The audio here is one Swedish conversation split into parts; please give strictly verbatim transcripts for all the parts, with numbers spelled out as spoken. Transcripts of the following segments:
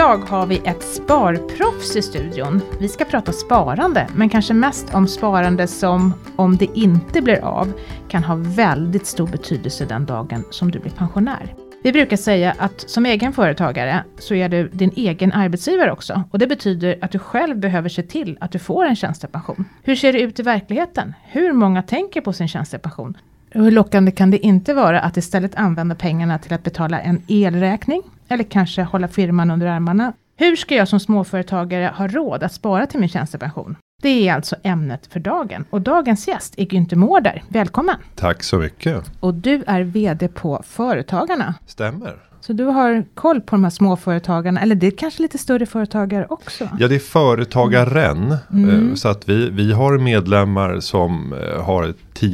Idag har vi ett sparproffs i studion. Vi ska prata sparande, men kanske mest om sparande som, om det inte blir av, kan ha väldigt stor betydelse den dagen som du blir pensionär. Vi brukar säga att som egen företagare så är du din egen arbetsgivare också. Och det betyder att du själv behöver se till att du får en tjänstepension. Hur ser det ut i verkligheten? Hur många tänker på sin tjänstepension? Och hur lockande kan det inte vara att istället använda pengarna till att betala en elräkning? Eller kanske hålla firman under armarna? Hur ska jag som småföretagare ha råd att spara till min tjänstepension? Det är alltså ämnet för dagen. Och dagens gäst är Günther Mårder. Välkommen! Tack så mycket. Och du är vd på Företagarna. Stämmer. Så du har koll på de här småföretagarna, eller det är kanske lite större företagare också? Ja, det är företagaren. Mm. Så att vi, vi har medlemmar som har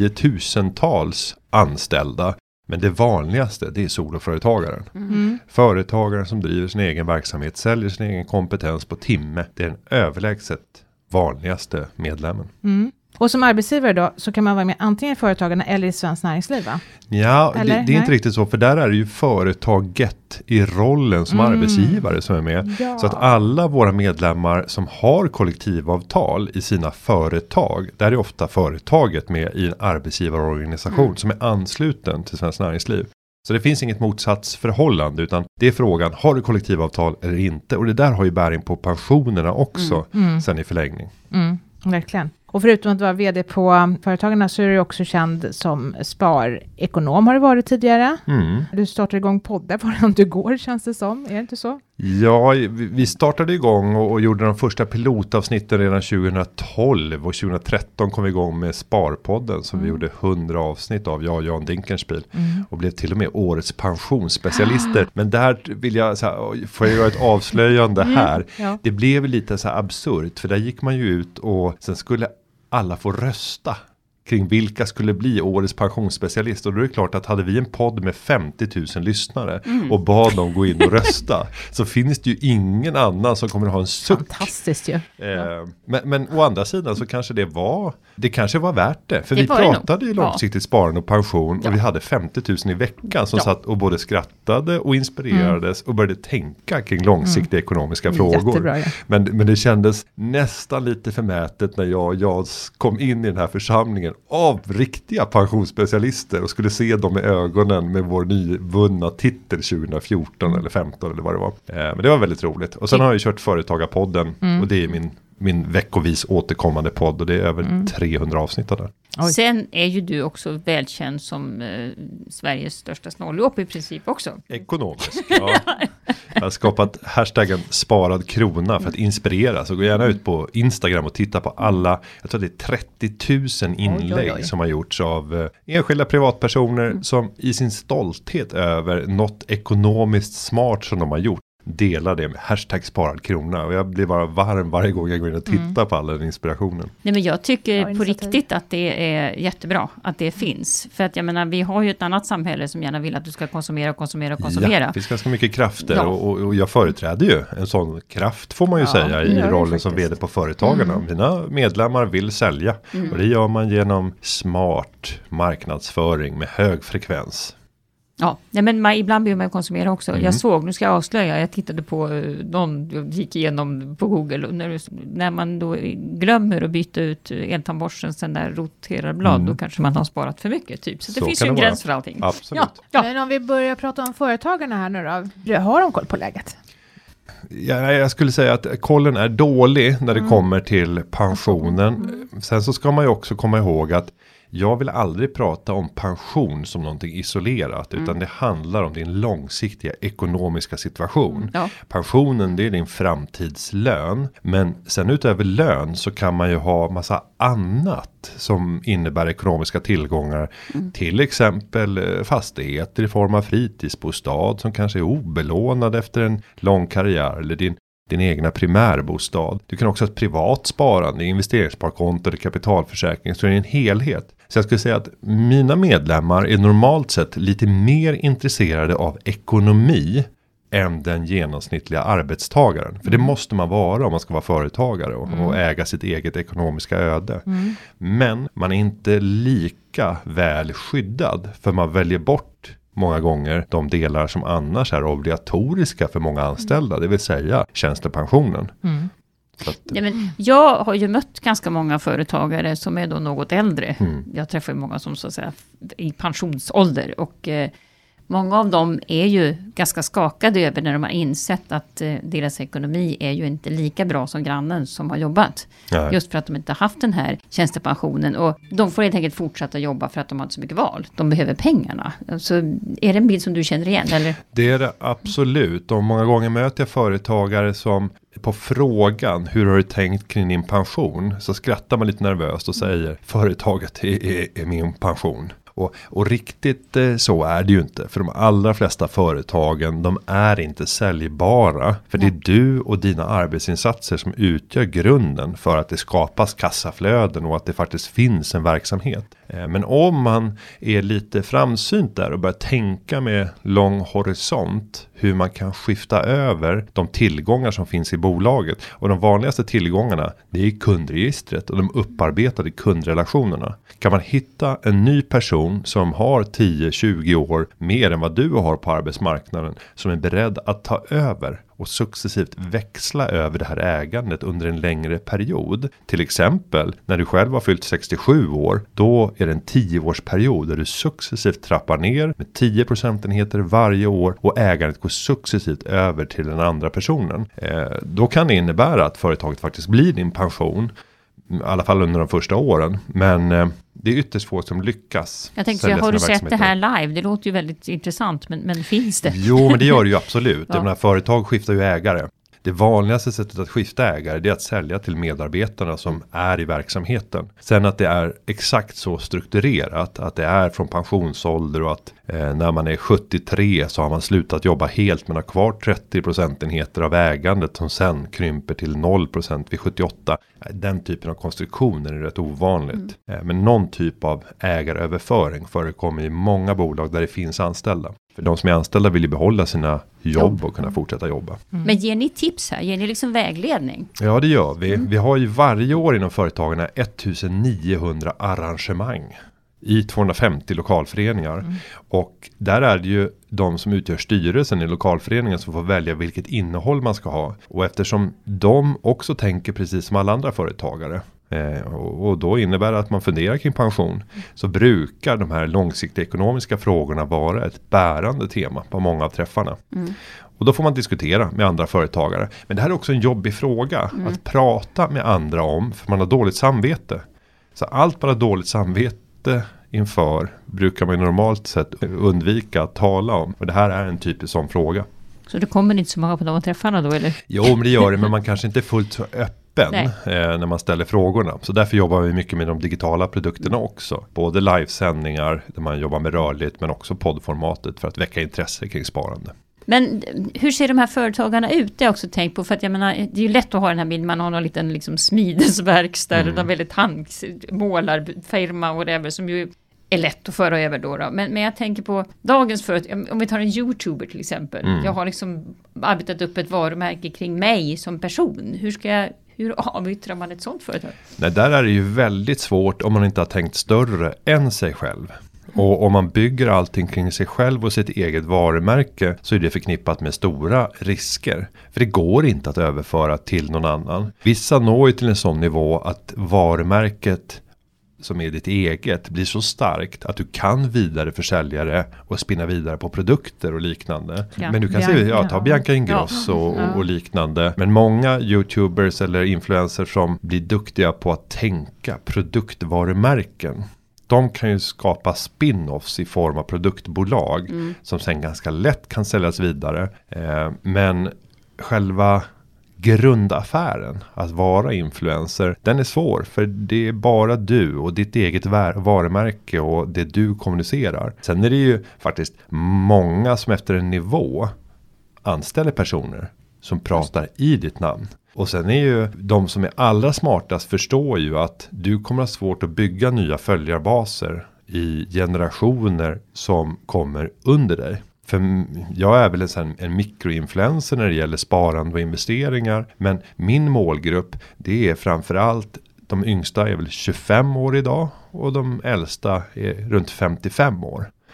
tiotusentals anställda. Men det vanligaste, det är soloföretagaren. Mm. Företagaren som driver sin egen verksamhet, säljer sin egen kompetens på timme. Det är den överlägset vanligaste medlemmen. Mm. Och som arbetsgivare då så kan man vara med antingen i Företagarna eller i Svenskt Näringsliv, va? Ja, det, det är Nej. inte riktigt så. För där är det ju företaget i rollen som Mm. arbetsgivare som är med. Ja. Så att alla våra medlemmar som har kollektivavtal i sina företag. Där är ofta företaget med i en arbetsgivarorganisation Mm. som är ansluten till Svenskt Näringsliv. Så det finns inget motsatsförhållande, utan det är frågan, har du kollektivavtal eller inte? Och det där har ju bäring på pensionerna också Mm. Mm. sen i förlängning. Mm, verkligen. Och förutom att vara vd på Företagarna så är du också känd som sparekonom, har du varit tidigare. Mm. Du startade igång poddar, var det något du går, känns det som? Är det inte så? Ja, vi- vi startade igång och, och gjorde de första pilotavsnitten redan tjugohundratolv och tjugohundratretton kom vi igång med Sparpodden som vi gjorde hundra avsnitt av, jag och Jan Dinkenspiel Mm. och blev till och med årets pensionsspecialister. Men där vill jag, så här, får jag göra ett avslöjande här. Ja. Det blev lite så här absurt, för där gick man ju ut och sen skulle alla få rösta kring vilka skulle bli årets pensionsspecialist. Och då är det klart att hade vi en podd med femtio tusen lyssnare och bad dem gå in och rösta, så finns det ju ingen annan som kommer att ha en suck. Fantastiskt ju. Eh, men, men å andra sidan så kanske det var det kanske var värt det. För Det vi var det pratade nog. ju långsiktigt sparande och pension Ja. och vi hade femtio tusen i veckan som Ja. satt och både skrattade och inspirerades och började tänka kring långsiktiga ekonomiska frågor. Jättebra, ja. Men, men det kändes nästan lite förmätet när jag och jag kom in i den här församlingen av riktiga pensionsspecialister och skulle se dem i ögonen med vår nyvunna titel tjugohundrafjorton eller femton eller vad det var. Eh, men det var väldigt roligt. Och sen har jag ju kört Företagarpodden och det är min, min veckovis återkommande podd och det är över trehundra avsnitt av det. Oj. Sen är ju du också välkänd som eh, Sveriges största snåljåp i princip också. Ekonomisk, ja. Jag har skapat hashtaggen sparad krona för att inspirera. Så gå gärna ut på Instagram och titta på alla, jag tror det är trettio tusen inlägg Oj, oj, oj. som har gjorts av eh, enskilda privatpersoner som i sin stolthet över något ekonomiskt smart som de har gjort delar det med hashtag sparad krona. Och jag blir bara varm varje gång jag går in och tittar på all den inspirationen. Nej, men jag tycker Ja, på initiativ. riktigt att det är jättebra att det finns. För att jag menar, vi har ju ett annat samhälle som gärna vill att du ska konsumera och konsumera och konsumera. Ja, det finns ganska mycket krafter Ja. och, och, och jag företräder ju en sån kraft får man ju Ja, säga det i gör du rollen som faktiskt. vd på Företagarna. Mina medlemmar vill sälja och det gör man genom smart marknadsföring med hög frekvens. Ja, nej, men man, ibland behöver man konsumera också. Mm. Jag såg, nu ska jag avslöja, jag tittade på eh, någon, jag gick igenom på Google. Och när, du- när man då glömmer att byta ut eltandborsten sen där roterar blad, Mm. då kanske man har sparat för mycket typ. Så, Så det finns kan ju en det vara. gräns för allting. Absolut. Ja, ja. Men om vi börjar prata om Företagarna här nu då. Har de koll på läget? Ja, jag skulle säga att kollen är dålig när det kommer till pensionen. Sen så ska man ju också komma ihåg att jag vill aldrig prata om pension som någonting isolerat. Utan det handlar om din långsiktiga ekonomiska situation. Ja. Pensionen, det är din framtidslön. Men sen utöver lön så kan man ju ha massa annat som innebär ekonomiska tillgångar. Till exempel eh, fastigheter i form av fritidsbostad som kanske är obelånad efter en lång karriär. Eller din din egna primärbostad. Du kan också ha ett privat sparande, investeringssparkonto eller kapitalförsäkring. Så det är en helhet. Så jag skulle säga att mina medlemmar är normalt sett lite mer intresserade av ekonomi än den genomsnittliga arbetstagaren. För det måste man vara om man ska vara företagare och, Mm. och äga sitt eget ekonomiska öde. Mm. Men man är inte lika väl skyddad för man väljer bort många gånger de delar som annars är obligatoriska för många anställda, det vill säga tjänstepensionen. Mm. Så att, Ja, men jag har ju mött ganska många företagare som är då något äldre. Mm. Jag träffar ju många som så att säga i pensionsålder och eh, många av dem är ju ganska skakade över när de har insett att eh, deras ekonomi är ju inte lika bra som grannen som har jobbat. nej. Just för att de inte har haft den här tjänstepensionen och de får helt enkelt fortsätta jobba för att de har inte så mycket val. De behöver pengarna. Så är det en bild som du känner igen? Eller? Det är det absolut. Och många gånger möter jag företagare som på frågan hur har du tänkt kring din pension så skrattar man lite nervöst och säger företaget är, är, är min pension. Och, och riktigt eh, så är det ju inte. För de allra flesta företagen, de är inte säljbara. För det är du och dina arbetsinsatser som utgör grunden för att det skapas kassaflöden och att det faktiskt finns en verksamhet. Eh, men om man är lite framsynt där och börjar tänka med lång horisont hur man kan skifta över de tillgångar som finns i bolaget. Och de vanligaste tillgångarna, det är kundregistret och de upparbetade kundrelationerna. Kan man hitta en ny person som har tio till tjugo år mer än vad du har på arbetsmarknaden som är beredd att ta över och successivt växla över det här ägandet under en längre period. Till exempel när du själv har fyllt sextiosju år, då är det en tio-årsperiod där du successivt trappar ner med tio procentenheter varje år och ägandet går successivt över till den andra personen. Eh, då kan det innebära att företaget faktiskt blir din pension, i alla fall under de första åren. Men eh, det är ytterst få som lyckas. Jag tänkte, jag har du sett det här live? Det låter ju väldigt intressant, men, men finns det? Jo, men det gör det ju absolut. Ja. De här företag skiftar ju ägare. Det vanligaste sättet att skifta ägare det är att sälja till medarbetarna som är i verksamheten. Sen att det är exakt så strukturerat att det är från pensionsålder och att eh, när man är sjuttiotre så har man slutat jobba helt men har kvar trettio procentenheter av ägandet som sen krymper till noll procent vid sjuttioåtta. Den typen av konstruktioner är rätt ovanligt. Mm. Eh, men någon typ av ägaröverföring förekommer i många bolag där det finns anställda. För de som är anställda vill ju behålla sina jobb och kunna fortsätta jobba. Mm. Men ger ni tips här? Ger ni liksom vägledning? Ja, det gör vi. Mm. Vi har ju varje år inom företagen nittonhundra arrangemang i tvåhundrafemtio lokalföreningar. Mm. Och där är det ju de som utgör styrelsen i lokalföreningen som får välja vilket innehåll man ska ha. Och eftersom de också tänker precis som alla andra företagare. Eh, och, och då innebär det att man funderar kring pension. Mm. Så brukar de här långsiktiga ekonomiska frågorna vara ett bärande tema på många av träffarna. Mm. Och då får man diskutera med andra företagare. Men det här är också en jobbig fråga mm. att prata med andra om. För man har dåligt samvete. Så allt bara dåligt samvete inför brukar man normalt sett undvika att tala om. Och det här är en typisk sån fråga. Så det kommer inte så många på de träffarna då eller? Jo, men det gör det, men man kanske inte är fullt så öppen eh, när man ställer frågorna. Så därför jobbar vi mycket med de digitala produkterna också. Både livesändningar där man jobbar med rörligt men också poddformatet för att väcka intresse kring sparande. Men hur ser de här företagarna ut? Det har jag också tänkt på. För att jag menar, det är ju lätt att ha den här bilden. Man har någon liten liksom smidesverkstad. Mm. Någon väldigt handmålarfirma och whatever som ju är lätt att föra över då. då. Men, men jag tänker på dagens företag. Om vi tar en YouTuber till exempel. Mm. Jag har liksom arbetat upp ett varumärke kring mig som person. Hur ska jag... Hur avyttrar man ett sånt företag? Nej, där är det ju väldigt svårt om man inte har tänkt större än sig själv. Och om man bygger allting kring sig själv och sitt eget varumärke så är det förknippat med stora risker. För det går inte att överföra till någon annan. Vissa når ju till en sån nivå att varumärket som är ditt eget blir så starkt att du kan vidare försälja det och spinna vidare på produkter och liknande. Ja, Men du kan Bianca, se, ja, ta Bianca Ingrosso ja. och, och, och liknande. Men många YouTubers eller influencers som blir duktiga på att tänka produktvarumärken. De kan ju skapa spin-offs i form av produktbolag mm. som sen ganska lätt kan säljas vidare. Eh, men själva grundaffären, att vara influencer, den är svår. För det är bara du och ditt eget varumärke och det du kommunicerar. Sen är det ju faktiskt många som efter en nivå anställer personer som pratar i ditt namn. Och sen är ju de som är allra smartast förstår ju att du kommer ha svårt att bygga nya följarbaser i generationer som kommer under dig. För jag är väl en, sån, en mikroinfluencer när det gäller sparande och investeringar. Men min målgrupp, det är framförallt de yngsta är väl tjugofem år idag och de äldsta är runt femtiofem år.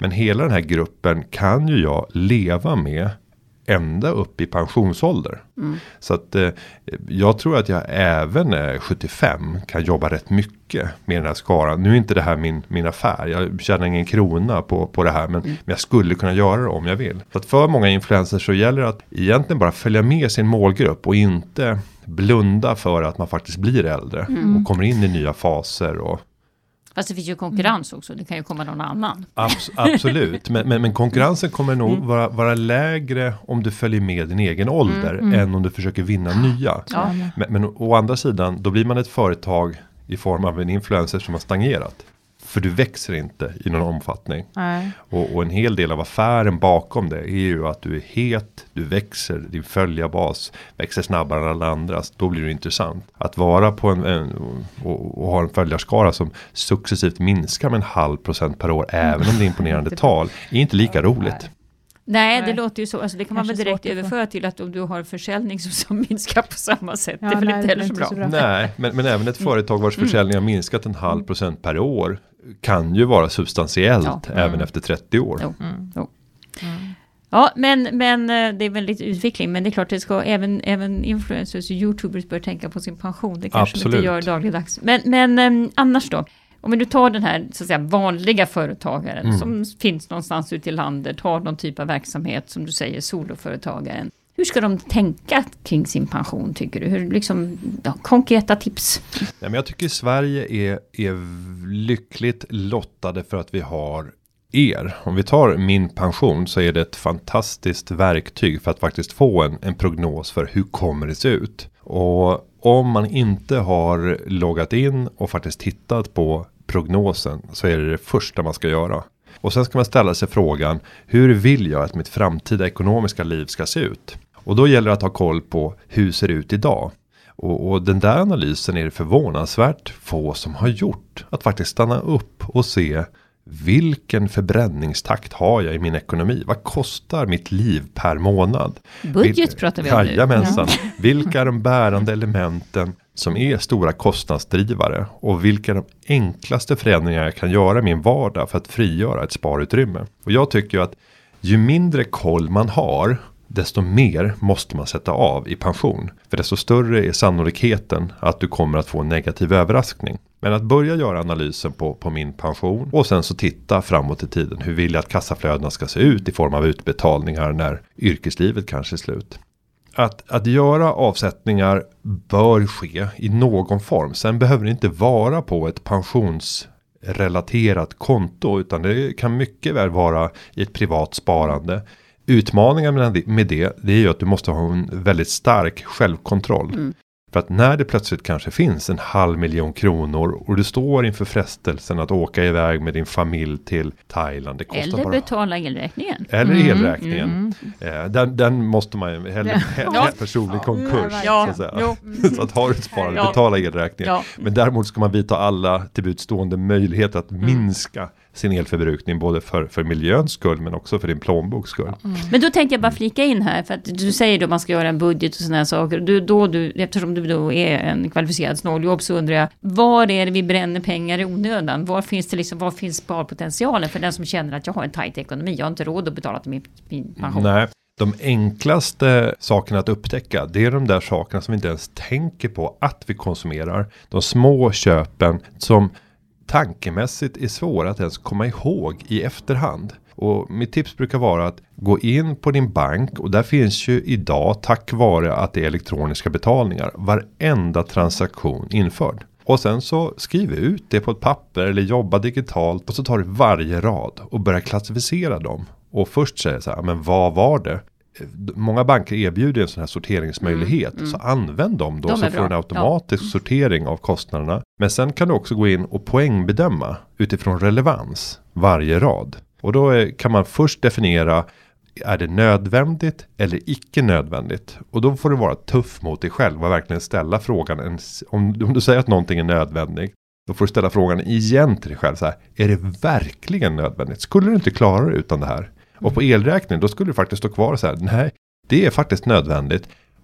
Men hela den här gruppen kan ju jag leva med ända upp i pensionsålder. Mm. Så att eh, jag tror att jag även när sjuttiofem kan jobba rätt mycket med den här skaran. Nu är inte det här min, min affär. Jag tjänar ingen krona på, på det här. Men, mm. men jag skulle kunna göra det om jag vill. Så att för många influencers så gäller det att egentligen bara följa med sin målgrupp. Och inte blunda för att man faktiskt blir äldre. Mm. Och kommer in i nya faser och... Fast det finns ju konkurrens också. Det kan ju komma någon annan. Abs- absolut. Men, men, men konkurrensen kommer nog mm. vara, vara lägre om du följer med din egen ålder. Mm. Än om du försöker vinna nya. Ja. Men, men å andra sidan, då blir man ett företag i form av en influencer som har stagnerat. För du växer inte i någon omfattning. Nej. Och, och en hel del av affären bakom det är ju att du är het, du växer, din följarbas växer snabbare än alla andra. Då blir det intressant. Att vara på en, en och, och ha en följarskara som successivt minskar med en halv procent per år, mm. även om det är imponerande tal, är inte lika roligt. Nej, det nej. låter ju så. Alltså det kan Kanske man väl direkt överföra till att om du har försäljning som, som minskar på samma sätt. Ja, det är väl nej, inte heller så bra. så bra. Nej, men, men även ett företag vars försäljning har minskat en halv procent per år kan ju vara substantiellt ja. även mm. efter trettio år. Jo. Mm. Jo. Mm. Ja, men, men det är väldigt utveckling. Men det är klart, det ska även, även influencers och YouTubers bör tänka på sin pension. Det kanske de inte gör dagligdags. Men, men um, annars då? Om du tar den här så att säga, vanliga företagaren mm. som finns någonstans ute i landet, har någon typ av verksamhet som du säger, soloföretagaren. Hur ska de tänka kring sin pension tycker du? Hur, liksom, ja, konkreta tips? Ja, men jag tycker Sverige är, är lyckligt lottade för att vi har er. Om vi tar min pension så är det ett fantastiskt verktyg för att faktiskt få en, en prognos för hur kommer det se ut. Och om man inte har loggat in och faktiskt tittat på prognosen så är det det första man ska göra. Och sen ska man ställa sig frågan, hur vill jag att mitt framtida ekonomiska liv ska se ut? Och då gäller det att ha koll på hur ser det ut idag. Och, och den där analysen är det förvånansvärt få som har gjort. Att faktiskt stanna upp och se vilken förbränningstakt har jag i min ekonomi? Vad kostar mitt liv per månad? Budget Vil- pratar vi om nu. Jajamensan. Ja. Vilka är de bärande elementen som är stora kostnadsdrivare? Och vilka är de enklaste förändringar jag kan göra i min vardag för att frigöra ett sparutrymme? Och jag tycker ju att ju mindre koll man har, desto mer måste man sätta av i pension. För desto större är sannolikheten att du kommer att få en negativ överraskning. Men att börja göra analysen på, på min pension och sen så titta framåt i tiden. Hur vill jag att kassaflödena ska se ut i form av utbetalningar när yrkeslivet kanske är slut. Att, att göra avsättningar bör ske i någon form. Sen behöver det inte vara på ett pensionsrelaterat konto utan det kan mycket väl vara i ett privat sparande. Utmaningen med det, det är ju att du måste ha en väldigt stark självkontroll. Mm. För att när det plötsligt kanske finns en halv miljon kronor och du står inför frestelsen att åka iväg med din familj till Thailand. Det kostar eller bara... betala elräkningen. Eller mm. elräkningen. Mm. Eh, den, den måste man ju hellre ja. personlig ja. konkurs. Ja. Så att, säga. Ja. Så att har du ett sparande, ja. betala elräkningen. Ja. Men däremot ska man vidta alla tillbudstående möjligheter att mm. minska sin elförbrukning både för, för miljöns skull men också för din plånboks skull. Mm. Men då tänkte jag bara flika in här för att du säger då man ska göra en budget och sådana här saker. Du, då du, eftersom du då är en kvalificerad snåljobb så undrar jag, var är det vi bränner pengar i onödan? Var finns det liksom, var finns sparpotentialen för den som känner att jag har en tajt ekonomi? Jag har inte råd att betala till min, min pension. Nej. De enklaste sakerna att upptäcka, det är de där sakerna som vi inte ens tänker på att vi konsumerar. De små köpen som tankemässigt är svåra att ens komma ihåg i efterhand. Och mitt tips brukar vara att gå in på din bank och där finns ju idag tack vare att det är elektroniska betalningar varenda transaktion införd. Och sen så skriv ut det på ett papper eller jobba digitalt och så tar du varje rad och börjar klassificera dem. Och först säger så här, men vad var det? Många banker erbjuder en sån här sorteringsmöjlighet. Mm, mm. Så använd dem då de så får du en automatisk ja. sortering av kostnaderna. Men sen kan du också gå in och poängbedöma utifrån relevans varje rad. Och då är, kan man först definiera, är det nödvändigt eller icke nödvändigt? Och då får du vara tuff mot dig själv och verkligen ställa frågan. En, om, om du säger att någonting är nödvändigt, då får du ställa frågan igen till dig själv. Så här, är det verkligen nödvändigt? Skulle du inte klara det utan det här? Och på elräkningen, då skulle du faktiskt stå kvar och säga, nej, det är faktiskt nödvändigt.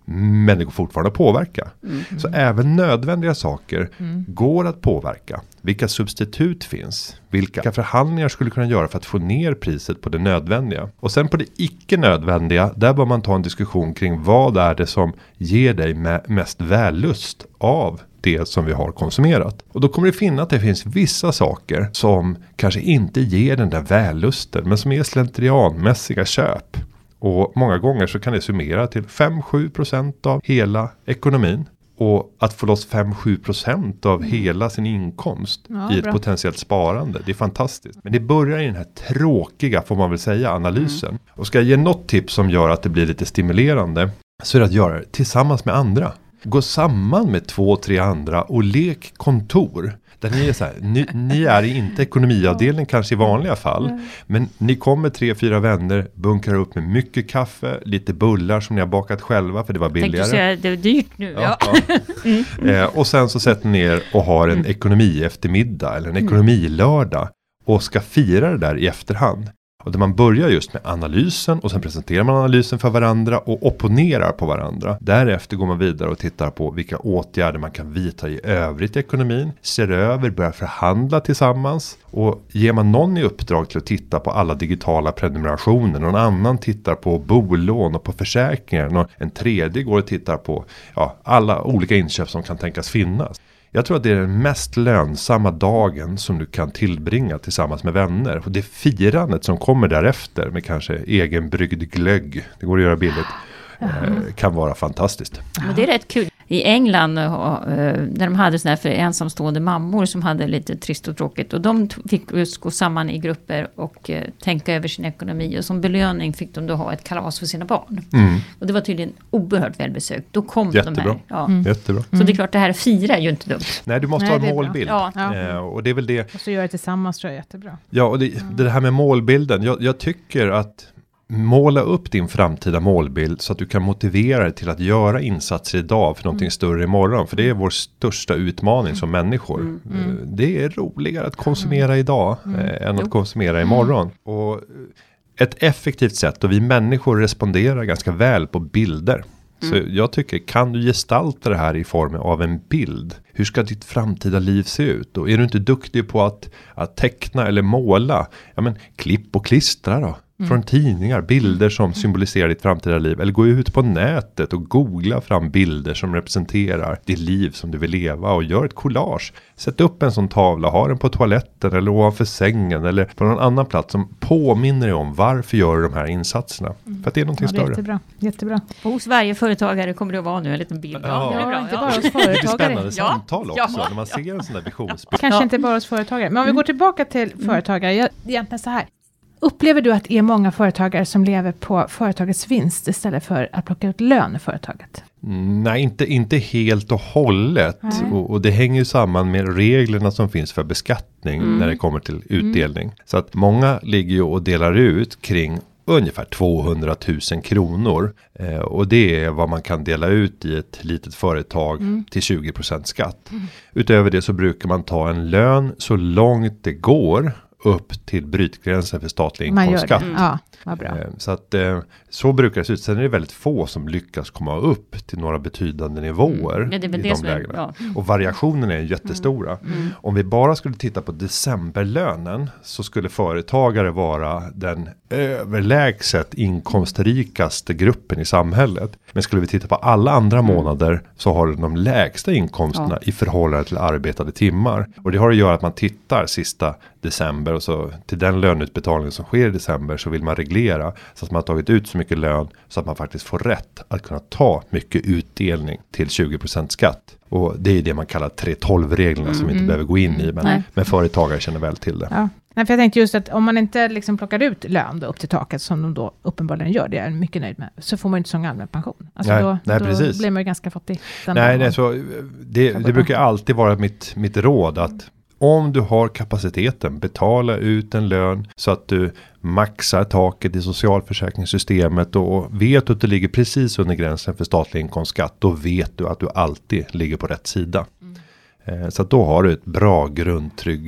Men det går fortfarande att påverka. Mm. Så även nödvändiga saker Mm. går att påverka. Vilka substitut finns? Vilka förhandlingar skulle kunna göra för att få ner priset på det nödvändiga? Och sen på det icke nödvändiga, där bör man ta en diskussion kring vad är det som ger dig med mest vällust av det som vi har konsumerat. Och då kommer det finna att det finns vissa saker som kanske inte ger den där vällusten, men som är slentrianmässiga köp. Och många gånger så kan det summera till fem till sju procent av hela ekonomin. Och att få loss fem till sju procent av hela sin inkomst Ja, i ett bra. potentiellt sparande. Det är fantastiskt. Men det börjar i den här tråkiga, får man väl säga, analysen. Mm. Och ska jag ge något tips som gör att det blir lite stimulerande, så är det att göra det tillsammans med andra. Gå samman med två, tre andra och lek kontor. Där ni är så här, ni, ni är inte ekonomiavdelning kanske i vanliga fall. Men ni kommer tre, fyra vänner, bunkrar upp med mycket kaffe, lite bullar som ni har bakat själva för det var billigare. Tänkte säga, det är dyrt nu. Ja. Ja, ja. mm. eh, och sen så sätter ni er och har en ekonomi eftermiddag eller en ekonomilördag och ska fira det där i efterhand. Och där man börjar just med analysen och sen presenterar man analysen för varandra och opponerar på varandra. Därefter går man vidare och tittar på vilka åtgärder man kan vidta i övrigt i ekonomin. Ser över, börjar förhandla tillsammans. Och ger man någon i uppdrag till att titta på alla digitala prenumerationer. Någon annan tittar på bolån och på försäkringar. Och en tredje går och tittar på ja, alla olika inköp som kan tänkas finnas. Jag tror att det är den mest lönsamma dagen som du kan tillbringa tillsammans med vänner. Och det firandet som kommer därefter med kanske egenbryggd glögg, det går att göra billigt, eh, kan vara fantastiskt. Men det är rätt kul. I England, eh, när de hade sådana här för ensamstående mammor som hade lite trist och tråkigt. Och de t- fick just gå samman i grupper och eh, tänka över sin ekonomi. Och som belöning fick de då ha ett kalas för sina barn. Mm. Och det var tydligen oerhört välbesökt. Då kom Jättebra. de här. Ja. Mm. Jättebra. Så det är klart, det här fira är ju inte dumt. Nej, du måste Nej, ha det en är bra. målbild. Ja. Ja. Eh, och det är väl det. Och så gör det tillsammans tror jag är jättebra. Ja, och det, det här med målbilden. Jag, jag tycker att måla upp din framtida målbild så att du kan motivera dig till att göra insatser idag för någonting större imorgon. För det är vår största utmaning som människor. Mm. Eh, Det är roligare att konsumera idag eh, än att Jo. konsumera imorgon. Och eh, ett effektivt sätt, och vi människor responderar ganska väl på bilder. Så jag tycker, kan du gestalta det här i form av en bild? Hur ska ditt framtida liv se ut? Och är du inte duktig på att, att teckna eller måla? Ja, men klipp och klistra då. Från tidningar, bilder som symboliserar ditt framtida liv. Eller gå ut på nätet och googla fram bilder som representerar det liv som du vill leva. Och gör ett collage. Sätt upp en sån tavla, ha den på toaletten eller ovanför sängen. Eller på någon annan plats som påminner dig om varför gör du de här insatserna. För att det är någonting Ja, det är större. jättebra. Jättebra. Och hos varje företagare kommer det att vara nu en liten bild. Ja. det blir bra. inte Ja. bara hos Det blir företagare. spännande Ja. samtal också. Ja. När man ser en sån där visionsbild. Kanske Ja. inte bara hos företagare. Men om vi går tillbaka till företagare. Jag, egentligen så här. Upplever du att det är många företagare som lever på företagets vinst istället för att plocka ut lön i företaget? Mm, Nej, inte, inte helt och hållet. Nej. Och, och det hänger ju samman med reglerna som finns för beskattning när det kommer till utdelning. Så att många ligger ju och delar ut kring ungefär tvåhundratusen kronor. Eh, och det är vad man kan dela ut i ett litet företag till tjugo procent skatt. Utöver det så brukar man ta en lön så långt det går upp till brytgränsen för statlig Man gör det. inkomstskatt. Ja, vad bra. Eh, Så att eh, så brukar det se ut. Sen är det väldigt få som lyckas komma upp till några betydande nivåer Mm. Ja, det är väl i det de som är- lägena. ja. Och variationen är jättestora. Om vi bara skulle titta på decemberlönen så skulle företagare vara den överlägset inkomstrikaste gruppen i samhället. Men skulle vi titta på alla andra månader så har de lägsta inkomsterna i förhållande till arbetade timmar. Och det har att göra att man tittar sista december och så till den löneutbetalning som sker i december så vill man reglera så att man har tagit ut så mycket lön så att man faktiskt får rätt att kunna ta mycket utdelning till tjugo procent skatt. Och det är det man kallar tre tolv-reglerna som vi inte behöver gå in i, men, Nej. men företagare känner väl till det. Ja. Nej, för jag tänkte just att om man inte liksom plockar ut lön då upp till taket som de då uppenbarligen gör, det är jag mycket nöjd med, så får man ju inte sån allmän pension. Alltså Nej, då, nej, då precis. blir man ju ganska fattig. den Nej, dagen. nej så det, det brukar alltid vara mitt, mitt råd att om du har kapaciteten, betala ut en lön så att du maxar taket i socialförsäkringssystemet och vet du att du ligger precis under gränsen för statlig inkomstskatt, då vet du att du alltid ligger på rätt sida. Eh, så att då har du ett bra grundtrygg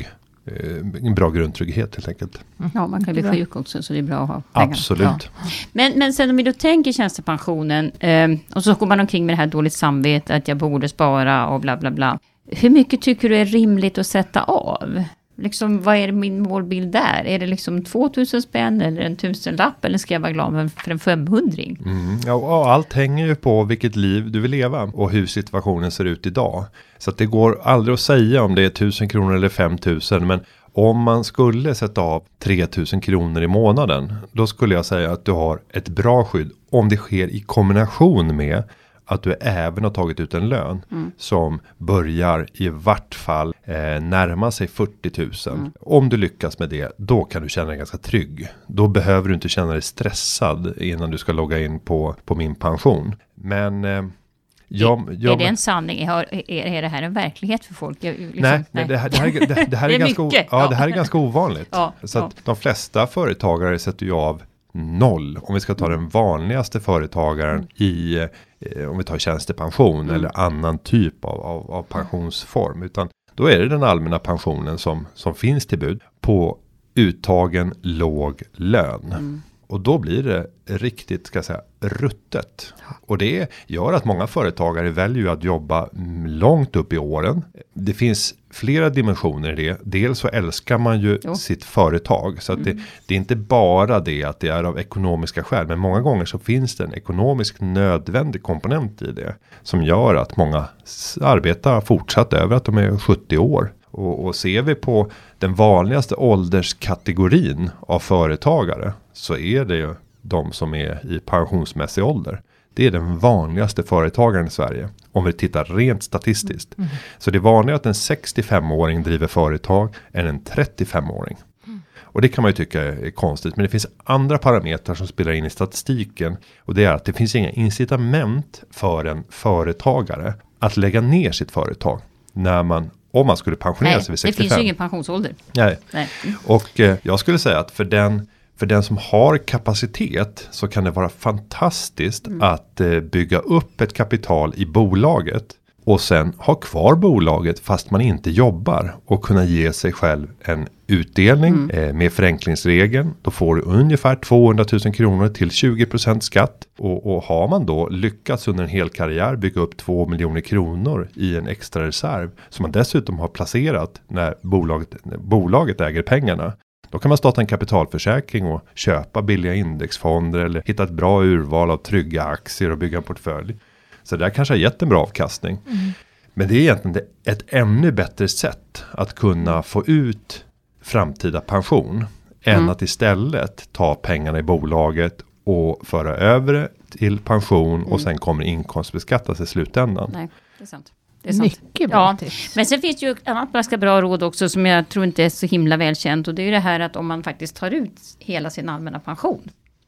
en bra grundtrygghet helt enkelt. Ja, man kan bli sjuk också, så det är bra att ha pengar. Absolut. Ja. Men, men sen om vi då tänker tjänstepensionen eh, och så går man omkring med det här dåligt samvete att jag borde spara och bla bla bla. Hur mycket tycker du är rimligt att sätta av? Liksom, vad är min målbild där? Är det liksom tvåtusen spänn eller en tusenlapp, eller ska jag vara glad för en femhundring? Mm. Ja, och allt hänger ju på vilket liv du vill leva och hur situationen ser ut idag. Så att det går aldrig att säga om det är tusen kronor eller femtusen, men om man skulle sätta av tre tusen kronor i månaden, då skulle jag säga att du har ett bra skydd om det sker i kombination med att du även har tagit ut en lön mm. som börjar i vart fall eh, närma sig fyrtio tusen. Mm. Om du lyckas med det, då kan du känna dig ganska trygg. Då behöver du inte känna dig stressad innan du ska logga in på, på min pension. Men... Eh, Jag, jag, är det en sanning? Är, är, är det här en verklighet för folk? Jag, liksom, nej, nej, det här, det här, är, det, det här är, är ganska, o, ja, det här är ganska ovanligt. Ja, så ja. Att de flesta företagare sätter ju av noll. Om vi ska ta den vanligaste företagaren mm. i, eh, om vi tar tjänstepension mm. eller annan typ av, av, av pensionsform. Utan då är det den allmänna pensionen som, som finns till bud på uttagen låg lön. Mm. Och då blir det riktigt, ska jag säga, ruttet. Och det gör att många företagare väljer att jobba långt upp i åren. Det finns flera dimensioner i det. Dels så älskar man ju jo. sitt företag. Så att det, det är inte bara det att det är av ekonomiska skäl. Men många gånger så finns det en ekonomisk nödvändig komponent i det. Som gör att många arbetar fortsatt över att de är sjuttio år. Och, och ser vi på den vanligaste ålderskategorin av företagare, så är det ju de som är i pensionsmässig ålder. Det är den vanligaste företagaren i Sverige, om vi tittar rent statistiskt. Mm. Så det är vanligare att en sextiofemåring driver företag än en trettiofemåring. Mm. Och det kan man ju tycka är konstigt, men det finns andra parametrar som spelar in i statistiken. Och det är att det finns inga incitament för en företagare att lägga ner sitt företag när man om man skulle pensionera Nej, sig vid sextiofem. Det finns ju ingen pensionsålder. Nej. Nej. Och eh, jag skulle säga att för den, för den som har kapacitet så kan det vara fantastiskt mm. att eh, bygga upp ett kapital i bolaget och sen ha kvar bolaget fast man inte jobbar och kunna ge sig själv en utdelning mm. eh, med förenklingsregeln. Då får du ungefär tvåhundratusen kronor till tjugo procent skatt. Och, och har man då lyckats under en hel karriär bygga upp två miljoner kronor i en extra reserv som man dessutom har placerat när bolaget, när bolaget äger pengarna. Då kan man starta en kapitalförsäkring och köpa billiga indexfonder eller hitta ett bra urval av trygga aktier och bygga en portfölj. Så det där kanske har gett en bra avkastning. Mm. Men det är egentligen ett ännu bättre sätt att kunna få ut framtida pension. Än mm. att istället ta pengarna i bolaget och föra över det till pension mm. och sen kommer inkomstbeskattas i slutändan. Nej, det är sant. Det är sant. Mycket bra ja. Men sen finns det ju ett annat ganska bra råd också som jag tror inte är så himla välkänt. Och det är ju det här att om man faktiskt tar ut hela sin allmänna pension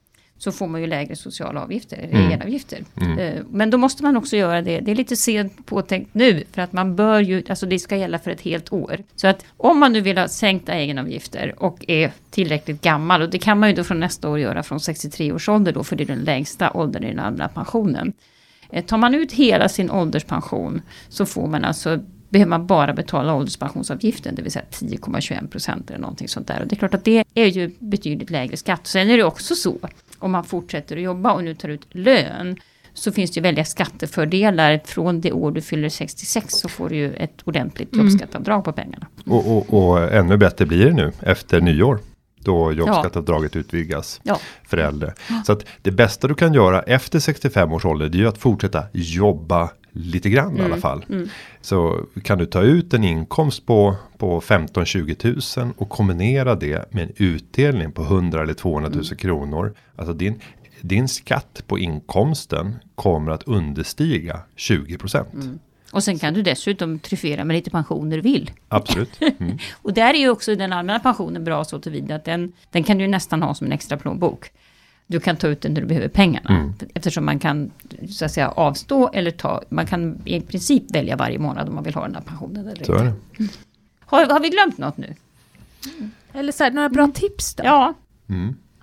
så får man ju lägre sociala avgifter, eller mm. egenavgifter. Mm. Men då måste man också göra det. Det är lite sent påtänkt nu, för att man bör ju, alltså det ska gälla för ett helt år. Så att om man nu vill ha sänkta egenavgifter och är tillräckligt gammal, och det kan man ju då från nästa år göra från sextiotre års ålder då, för det är den lägsta åldern i den allmänna pensionen. Tar man ut hela sin ålderspension så får man alltså, behöver man bara betala ålderspensionsavgiften, det vill säga tio komma tjugoen procent eller någonting sånt där. Och det är klart att det är ju betydligt lägre skatt. Sen är det också så, om man fortsätter att jobba och nu tar ut lön, så finns det ju väldiga skattefördelar. Från det år du fyller sextiosex så får du ju ett ordentligt Mm. jobbskatteavdrag på pengarna. Och, och, och ännu bättre blir det nu efter nyår. Då jobbskatteavdraget ja. utvidgas ja. för äldre. Så att det bästa du kan göra efter sextiofem års ålder, det är ju att fortsätta jobba lite grann mm. i alla fall. Mm. Så kan du ta ut en inkomst på, på femton till tjugo tusen och kombinera det med en utdelning på hundra eller tvåhundratusen mm. kronor. Alltså din, din skatt på inkomsten kommer att understiga tjugo procent. Mm. Och sen kan du dessutom tryffera med lite pensioner du vill. Absolut. Mm. Och där är ju också den allmänna pensionen bra så tillvida att den, den kan du nästan ha som en extra plånbok. Du kan ta ut den när du behöver pengarna. Mm. Eftersom man kan så att säga avstå eller ta, man kan i princip välja varje månad om man vill ha den här pensionen eller så är det. Mm. Har, har vi glömt något nu? Mm. Eller så här, några bra mm. tips då? Ja. Mm.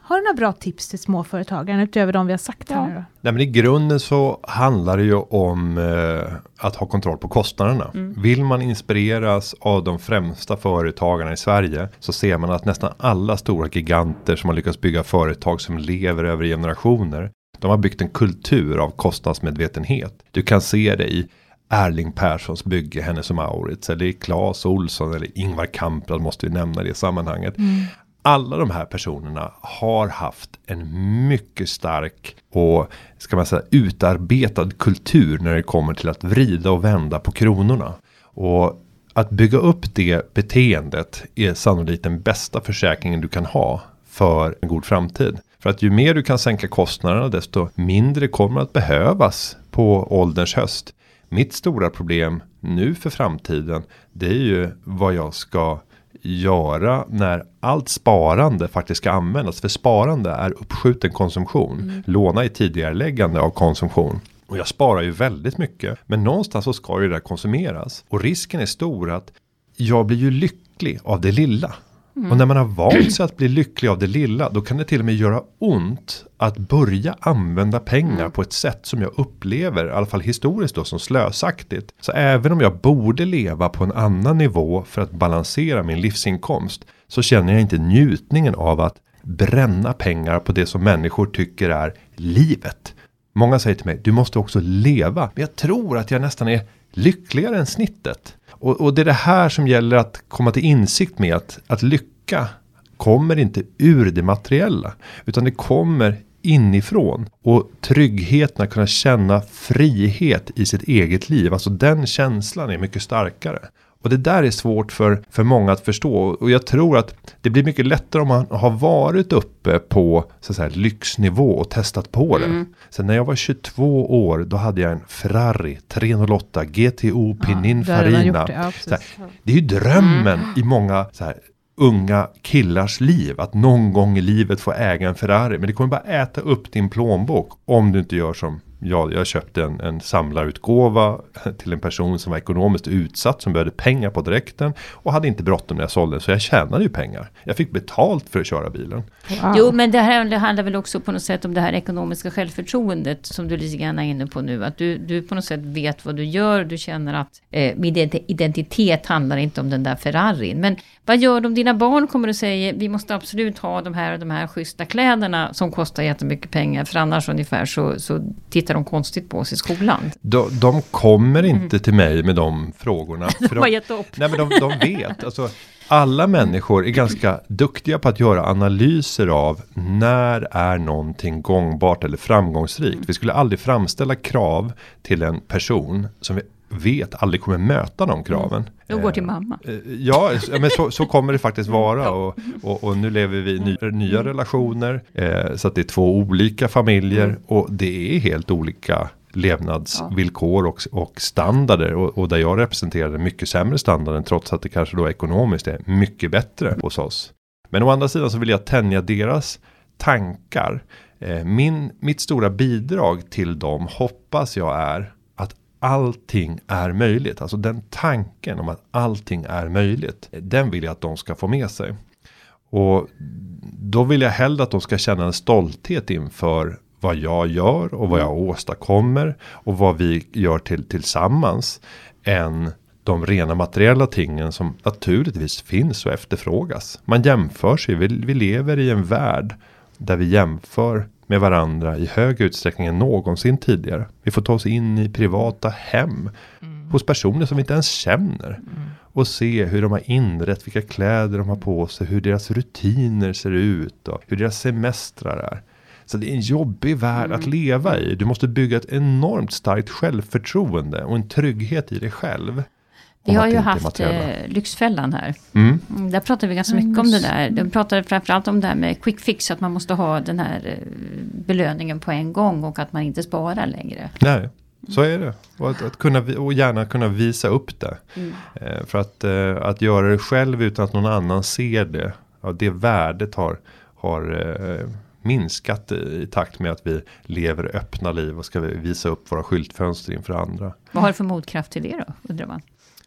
Har du några bra tips till småföretagaren utöver de vi har sagt här Ja. nu då? Nej, men i grunden så handlar det ju om eh, att ha kontroll på kostnaderna. Mm. Vill man inspireras av de främsta företagarna i Sverige så ser man att nästan alla stora giganter som har lyckats bygga företag som lever över generationer, de har byggt en kultur av kostnadsmedvetenhet. Du kan se det i Erling Perssons bygge, Hennes och Mauritz, eller i Claes Olsson eller Ingvar Kamprad måste vi nämna det i sammanhanget. Mm. Alla de här personerna har haft en mycket stark och ska man säga utarbetad kultur när det kommer till att vrida och vända på kronorna. Och att bygga upp det beteendet är sannolikt den bästa försäkringen du kan ha för en god framtid. För att ju mer du kan sänka kostnaderna desto mindre kommer att behövas på ålderns höst. Mitt stora problem nu för framtiden, det är ju vad jag ska göra när allt sparande faktiskt ska användas. För sparande är uppskjuten konsumtion. Mm. Låna i tidigareläggande av konsumtion. Och jag sparar ju väldigt mycket. Men någonstans så ska ju det där konsumeras. Och risken är stor att jag blir ju lycklig av det lilla. Mm. Och när man har valt sig att bli lycklig av det lilla, då kan det till och med göra ont att börja använda pengar mm. på ett sätt som jag upplever, i alla fall historiskt då, som slösaktigt. Så även om jag borde leva på en annan nivå för att balansera min livsinkomst, så känner jag inte njutningen av att bränna pengar på det som människor tycker är livet. Många säger till mig, du måste också leva. Men jag tror att jag nästan är lyckligare än snittet. Och, och det är det här som gäller att komma till insikt med att, att lycka kommer inte ur det materiella. Utan det kommer inifrån. Och tryggheten att kunna känna frihet i sitt eget liv. Alltså den känslan är mycket starkare. Och det där är svårt för, för många att förstå. Och jag tror att det blir mycket lättare om man har varit uppe på så att säga, lyxnivå och testat på det. Mm. Sen när jag var tjugotvå år, då hade jag en Ferrari tre noll åtta G T O Pininfarina. Ja, det, ja, det är ju drömmen mm. i många så här, unga killars liv. Att någon gång i livet få äga en Ferrari. Men det kommer bara äta upp din plånbok om du inte gör som jag. Jag köpte en, en samlarutgåva till en person som var ekonomiskt utsatt, som behövde pengar på direkten och hade inte bråttom när jag sålde, så jag tjänade ju pengar. Jag fick betalt för att köra bilen. Wow. Jo, men det här det handlar väl också på något sätt om det här ekonomiska självförtroendet som du lite grann är inne på nu. Att du, du på något sätt vet vad du gör, du känner att eh, min identitet handlar inte om den där Ferrarin. Men vad gör de? Dina barn kommer att säga, vi måste absolut ha de här och de här schyssta kläderna som kostar jättemycket pengar, för annars ungefär så, så tittar de konstigt på oss i skolan. De, de kommer inte mm. till mig med de frågorna. För de har gett upp. Nej, men de, de vet. Alltså, alla människor är ganska duktiga på att göra analyser av när är någonting gångbart eller framgångsrikt. Mm. Vi skulle aldrig framställa krav till en person som vi vet aldrig kommer möta de kraven. Mm. De går till mamma. Ja, men så, så kommer det faktiskt vara. Och, och, och nu lever vi i ny, nya relationer. Eh, så att det är två olika familjer. Mm. Och det är helt olika levnadsvillkor och, och standarder. Och, och där jag representerar en mycket sämre standarden, trots att det kanske då ekonomiskt är mycket bättre hos oss. Men å andra sidan så vill jag tänja deras tankar. Eh, min, mitt stora bidrag till dem hoppas jag är att allting är möjligt. Alltså den tanken om att allting är möjligt, den vill jag att de ska få med sig. Och då vill jag hellre att de ska känna en stolthet inför vad jag gör och vad jag åstadkommer och vad vi gör till, tillsammans, än de rena materiella tingen som naturligtvis finns och efterfrågas. Man jämför sig, vi, vi lever i en värld där vi jämför med varandra i hög utsträckning än någonsin tidigare. Vi får ta oss in i privata hem mm. hos personer som vi inte ens känner mm. och se hur de har inrett, vilka kläder de har på sig, hur deras rutiner ser ut och hur deras semestrar är. Så det är en jobbig värld mm. att leva i. Du måste bygga ett enormt starkt självförtroende och en trygghet i dig själv. Vi har ju haft eh, Lyxfällan här. Mm. Där pratar vi ganska mycket om det där. De pratar framförallt om det här med quick fix. Att man måste ha den här eh, belöningen på en gång och att man inte sparar längre. Nej, så är det. Och, att, att kunna, och gärna kunna visa upp det. Mm. Eh, för att, eh, att göra det själv utan att någon annan ser det. Ja, det värdet har... har eh, minskat i takt med att vi lever öppna liv och ska visa upp våra skyltfönster inför andra. Vad har du för motkraft till det då, undrar man?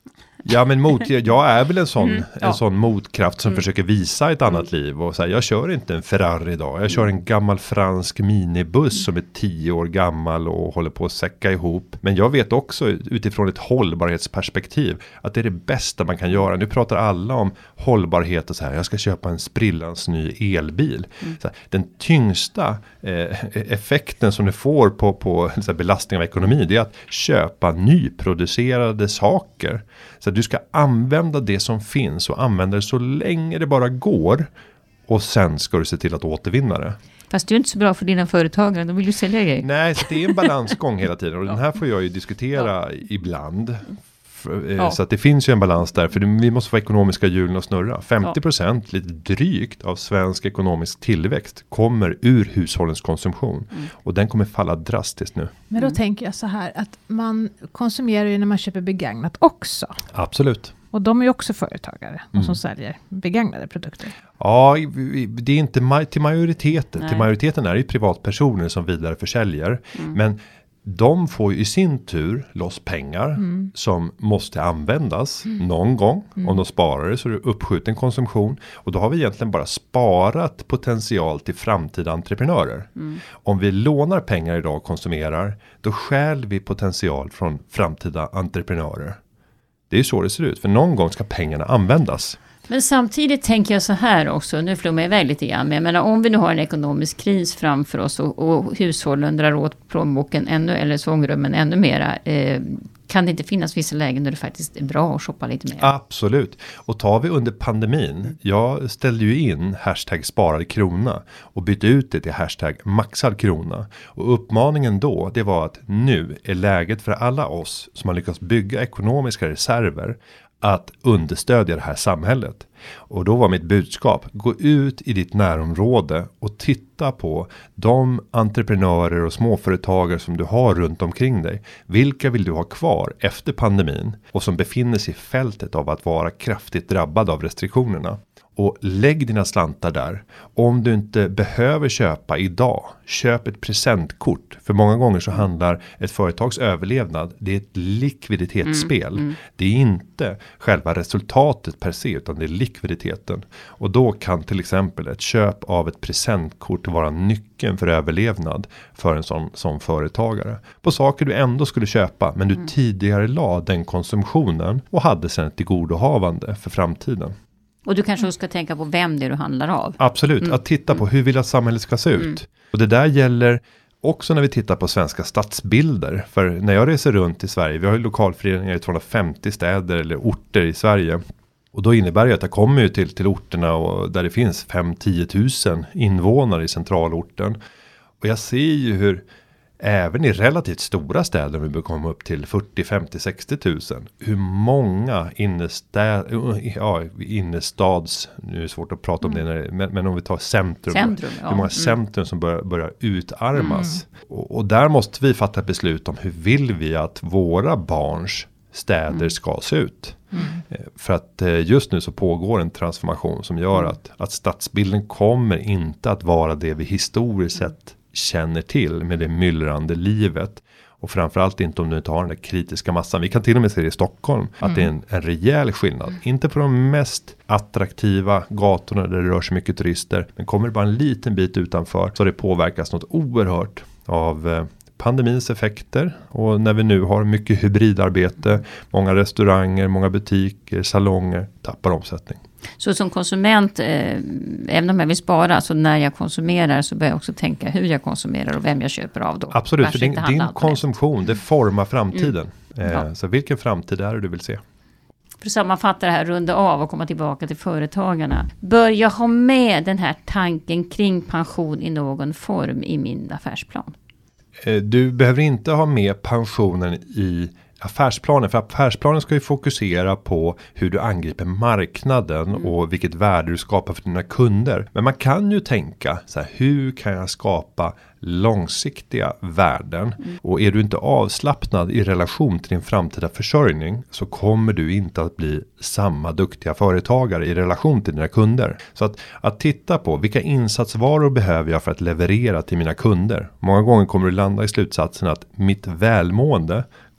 Ja, men mot, jag är väl en sån, Mm, ja. en sån motkraft som Mm. försöker visa ett annat Mm. liv. Och så här, jag kör inte en Ferrari idag. Jag kör en gammal fransk minibuss som är tio år gammal och håller på att säcka ihop. Men jag vet också utifrån ett hållbarhetsperspektiv att det är det bästa man kan göra. Nu pratar alla om hållbarhet och så här. Jag ska köpa en sprillans ny elbil. Mm. Så här, den tyngsta eh, effekten som du får på, på så här, belastning av ekonomi, det är att köpa nyproducerade saker. Så att du ska använda det som finns och använda det så länge det bara går. Och sen ska du se till att återvinna det. Fast det är inte så bra för dina företagare, de vill ju sälja grejer. Nej, så det är en balansgång hela tiden. Och den här får jag ju diskutera ibland. För, eh, Ja. Så att det finns ju en balans där. För det, vi måste få ekonomiska hjulen att snurra. femtio procent, lite drygt, av svensk ekonomisk tillväxt kommer ur hushållens konsumtion. Mm. Och den kommer falla drastiskt nu. Men då Mm. tänker jag så här att man konsumerar ju när man köper begagnat också. Absolut. Och de är ju också företagare och Mm. som säljer begagnade produkter. Ja, i- i- det är inte ma- till majoriteten. Nej. Till majoriteten är det ju privatpersoner som vidare försäljer. Mm. Men de får ju i sin tur loss pengar Mm. som måste användas någon gång. Mm. Om de sparar det så är det uppskjuten konsumtion. Och då har vi egentligen bara sparat potential till framtida entreprenörer. Mm. Om vi lånar pengar idag och konsumerar, då stjäl vi potential från framtida entreprenörer. Det är ju så det ser ut. För någon gång ska pengarna användas. Men samtidigt tänker jag så här också, nu flår mig iväg lite grann, men jag menar, om vi nu har en ekonomisk kris framför oss och, och hushållen drar åt plånboken ännu, eller svångrummen ännu mera, eh, kan det inte finnas vissa lägen där det faktiskt är bra att shoppa lite mer? Absolut. Och tar vi under pandemin, jag ställde ju in hashtag sparad krona och bytte ut det till hashtag maxad krona. Och uppmaningen då, det var att nu är läget för alla oss som har lyckats bygga ekonomiska reserver att understödja det här samhället. Och då var mitt budskap, gå ut i ditt närområde och titta på de entreprenörer och småföretagare som du har runt omkring dig. Vilka vill du ha kvar efter pandemin och som befinner sig i fältet av att vara kraftigt drabbad av restriktionerna? Och lägg dina slantar där. Om du inte behöver köpa idag, köp ett presentkort. För många gånger så handlar ett företags överlevnad, det är ett likviditetsspel. Mm, mm. Det är inte själva resultatet per se, utan det är likviditeten. Och då kan till exempel ett köp av ett presentkort vara nyckeln för överlevnad för en sån, sån företagare. På saker du ändå skulle köpa, men du Mm. tidigare la den konsumtionen och hade sedan ett tillgodohavande för framtiden. Och du kanske ska tänka på vem det är du handlar av. Absolut, Mm. att titta på hur vill att samhället ska se ut. Mm. Och det där gäller också när vi tittar på svenska stadsbilder. För när jag reser runt i Sverige, vi har ju lokalföreningar i tvåhundrafemtio städer eller orter i Sverige. Och då innebär det att jag kommer ju till, till orterna och där det finns fem till tio tusen invånare i centralorten. Och jag ser ju hur även i relativt stora städer, vi bör komma upp till fyrtio, femtio, sextio tusen. Hur många innerstä, ja, innerstads, nu är det svårt att prata om det, när, men, men om vi tar centrum. Centrum, ja. Hur många Mm. centrum som börjar, börjar utarmas. Och, och där måste vi fatta ett beslut om hur vill vi att våra barns städer Mm. ska se ut. Mm. Eh, För att eh, just nu så pågår en transformation som gör Mm. att, att stadsbilden kommer inte att vara det vi historiskt sett känner till med det myllrande livet. Och framförallt inte om du inte har den där kritiska massan. Vi kan till och med se det i Stockholm. Att Mm. det är en, en rejäl skillnad. Mm. Inte på de mest attraktiva gatorna där det rör sig mycket turister. Men kommer det bara en liten bit utanför så har det påverkas något oerhört av eh, pandemins effekter. Och när vi nu har mycket hybridarbete. Många restauranger, många butiker, salonger tappar omsättning. Så som konsument, eh, även om jag vill spara, så när jag konsumerar så börjar jag också tänka hur jag konsumerar och vem jag köper av då. Absolut, Vars för din, inte handlar din allt om det. konsumtion, det formar framtiden. Mm. Eh, Ja. Så vilken framtid är det du vill se? För att sammanfatta det här, runda av och komma tillbaka till företagarna. Bör jag ha med den här tanken kring pension i någon form i min affärsplan? Eh, Du behöver inte ha med pensionen i affärsplanen. För affärsplanen ska ju fokusera på hur du angriper marknaden Mm. och vilket värde du skapar för dina kunder. Men man kan ju tänka så här, hur kan jag skapa långsiktiga värden? Mm. Och är du inte avslappnad i relation till din framtida försörjning så kommer du inte att bli samma duktiga företagare i relation till dina kunder. Så att, att titta på vilka insatsvaror behöver jag för att leverera till mina kunder. Många gånger kommer du landa i slutsatsen att mitt välmående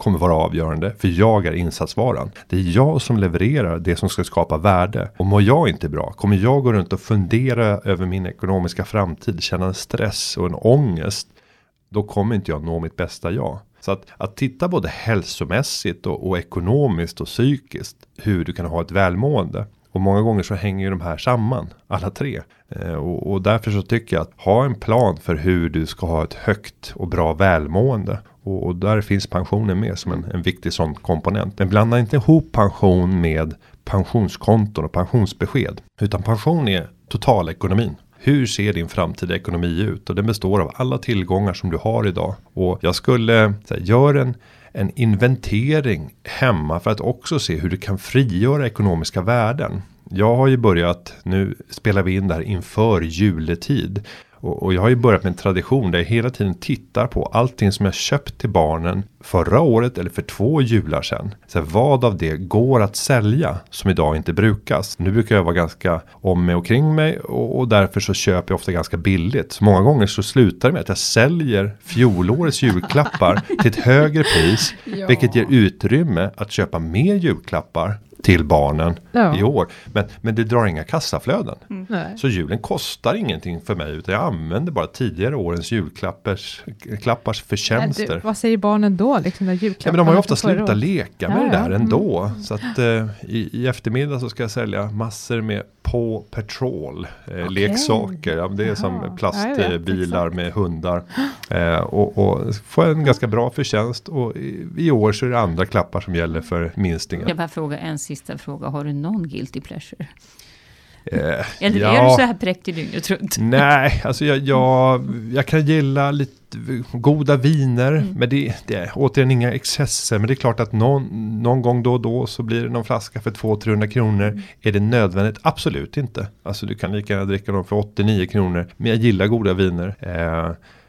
kommer vara avgörande, för jag är insatsvaran. Det är jag som levererar det som ska skapa värde. Och mår jag inte bra, kommer jag gå runt och fundera över min ekonomiska framtid, känna en stress och en ångest, då kommer inte jag nå mitt bästa jag. Så att, att titta både hälsomässigt och, och ekonomiskt och psykiskt hur du kan ha ett välmående. Och många gånger så hänger ju de här samman, alla tre. Eh, och, och därför så tycker jag att ha en plan för hur du ska ha ett högt och bra välmående. Och, och där finns pensionen med som en, en viktig sån komponent. Men blanda inte ihop pension med pensionskonton och pensionsbesked. Utan pension är totalekonomin. Hur ser din framtida ekonomi ut? Och den består av alla tillgångar som du har idag. Och jag skulle säga, gör en, en inventering hemma för att också se hur du kan frigöra ekonomiska värden. Jag har ju börjat, nu spelar vi in där inför juletid. Och, och jag har ju börjat med en tradition där jag hela tiden tittar på allting som jag köpt till barnen förra året eller för två jular sedan. Så vad av det går att sälja som idag inte brukas. Nu brukar jag vara ganska om mig och kring mig och, och därför så köper jag ofta ganska billigt. Så många gånger så slutar det med att jag säljer fjolårets julklappar till ett högre pris. Ja. Vilket ger utrymme att köpa mer julklappar till barnen ja. i år. Men, men det drar inga kassaflöden. Mm. Så julen kostar ingenting för mig, utan jag använder bara tidigare årens julklappars klappars förtjänster. Nej, du, vad säger barnen då? Liksom, när ja, men de har ju ofta slutat leka med ja, det där ja. ändå. Mm. Så att eh, i, i eftermiddag så ska jag sälja massor med Paw Patrol eh, okay. leksaker. Ja, det är Jaha. som plastbilar med hundar. Eh, och, och får en ganska bra förtjänst. Och i, i år så är det andra klappar som gäller för minstingen. Jag bara fråga en sista fråga. Har du någon guilty pleasure? Eh, Eller ja. är du så här präktig dygnet runt? Nej, alltså jag, jag, jag kan gilla lite goda viner. Mm. Men det, det är återigen inga excesser. Men det är klart att någon, någon gång då och då så blir det någon flaska för två till trehundra kronor. Mm. Är det nödvändigt? Absolut inte. Alltså du kan lika gärna dricka dem för åttionio kronor. Men jag gillar goda viner. Eh,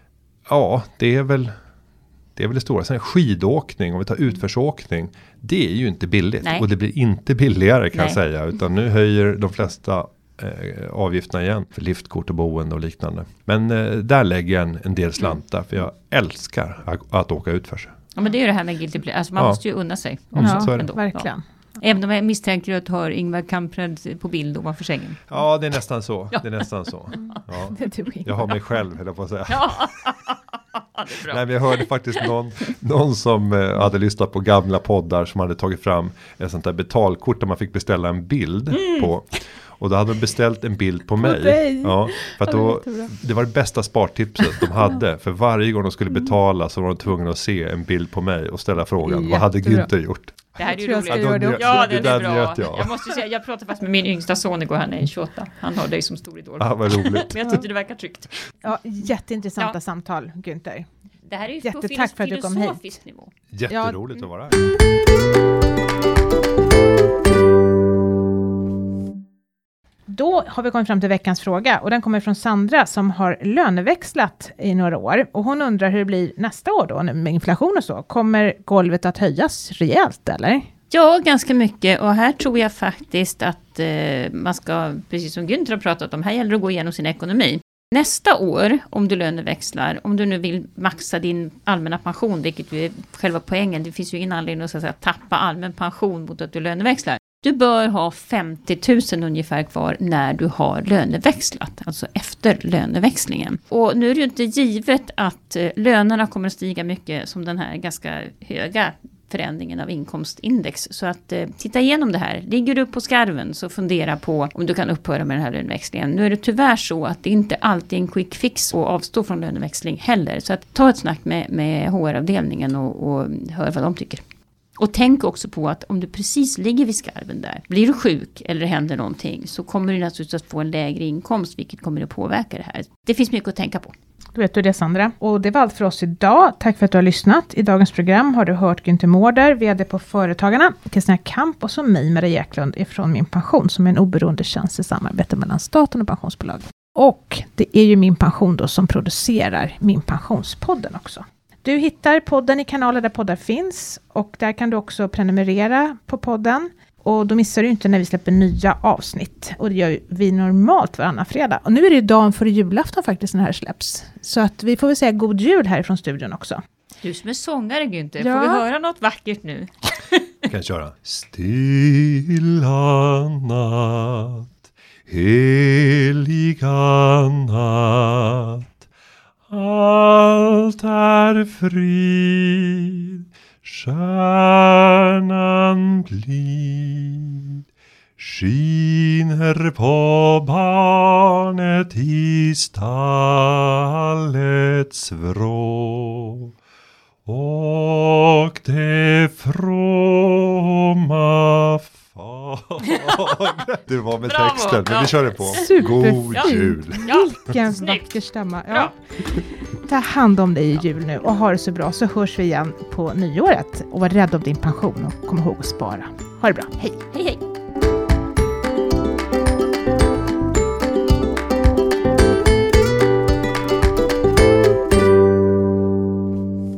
ja, det är väl... Det är väl det stora. Sen skidåkning, om vi tar utförsåkning, det är ju inte billigt. Nej. Och det blir inte billigare kan Nej. jag säga. Utan nu höjer de flesta eh, avgifterna igen för liftkort och boende och liknande. Men eh, där lägger jag en, en del slantar för jag älskar att, att åka utförs. Ja, men det är ju det här med guilty pleasure. Alltså man ja. måste ju unna sig. Också, ja, så är det. Verkligen. Ja. Även om jag misstänker att har Ingvar Kamprad på bild ovanför sängen. Ja, det är nästan så. Det är nästan så. Ja. Jag har mig själv, höll jag på att säga. Ja. Nej, men jag hörde faktiskt någon, någon som eh, hade lyssnat på gamla poddar som hade tagit fram ett sånt där betalkort där man fick beställa en bild mm. på. Och då hade de beställt en bild på mig. Ja, för att då, det var det bästa spartipset de hade. För varje gång de skulle betala så var de tvungna att se en bild på mig och ställa frågan, Jättebra. vad hade Günther gjort? Det här är ju roligt. Ja, det, ja, det, det är bra. Jag. jag måste säga, jag pratade fast med min yngsta son igår, han är tjugoåtta. Han har dig som stor idol. Ja, vad roligt. Men jag tyckte det verkar tryggt. Ja, jätteintressanta ja. samtal, Günther. Det här är ju Jättetack på för att du kom hit. Nivå. Jätteroligt ja. att vara här. Då har vi kommit fram till veckans fråga och den kommer från Sandra som har löneväxlat i några år. Och hon undrar hur det blir nästa år då med inflation och så. Kommer golvet att höjas rejält eller? Ja, ganska mycket. Och här tror jag faktiskt att eh, man ska, precis som Günther har pratat om, här gäller det att gå igenom sin ekonomi. Nästa år, om du löneväxlar, om du nu vill maxa din allmänna pension, vilket ju är själva poängen, det finns ju ingen anledning att, så att säga, tappa allmän pension mot att du löneväxlar. Du bör ha femtio tusen ungefär kvar när du har löneväxlat, alltså efter löneväxlingen. Och nu är det ju inte givet att lönerna kommer att stiga mycket som den här ganska höga förändringen av inkomstindex. Så att eh, titta igenom det här. Ligger du på skarven så fundera på om du kan upphöra med den här löneväxlingen. Nu är det tyvärr så att det inte alltid är en quick fix att avstå från löneväxling heller. Så att ta ett snack med, med H R-avdelningen och, och hör vad de tycker. Och tänk också på att om du precis ligger vid skarven där, blir du sjuk eller det händer någonting så kommer du naturligtvis att få en lägre inkomst vilket kommer att påverka det här. Det finns mycket att tänka på. Då vet du det Sandra. Och det var allt för oss idag. Tack för att du har lyssnat. I dagens program har du hört Günther Mårder, vd på Företagarna, Kristina Kamp och som mig, Maria Eklund, ifrån Min Pension som är en oberoende tjänst i samarbete mellan staten och pensionsbolag. Och det är ju Min Pension då som producerar Min Pensionspodden också. Du hittar podden i kanaler där poddar finns och där kan du också prenumerera på podden. Och då missar du inte när vi släpper nya avsnitt. Och det gör vi normalt varannan fredag. Och nu är det ju dagen före julafton faktiskt när det här släpps. Så att vi får väl säga god jul härifrån studion också. Du som är sångare, Günther, Ja. får vi höra något vackert nu? Jag kan köra. Stilla natt, heliga natt, allt är frid, stjärnan blid skiner på barnet i stallets vrå. Och det fromma far. Det var med Bravo. texten, men Ja. vi kör det på. Superfint. God jul. Ja, Vilken snyggt. vacker stämma. Ja. Bra. Ta hand om dig i jul nu och ha det så bra, så hörs vi igen på nyåret. Och var rädd om din pension och kom ihåg att spara. Ha det bra, hej! Hej hej!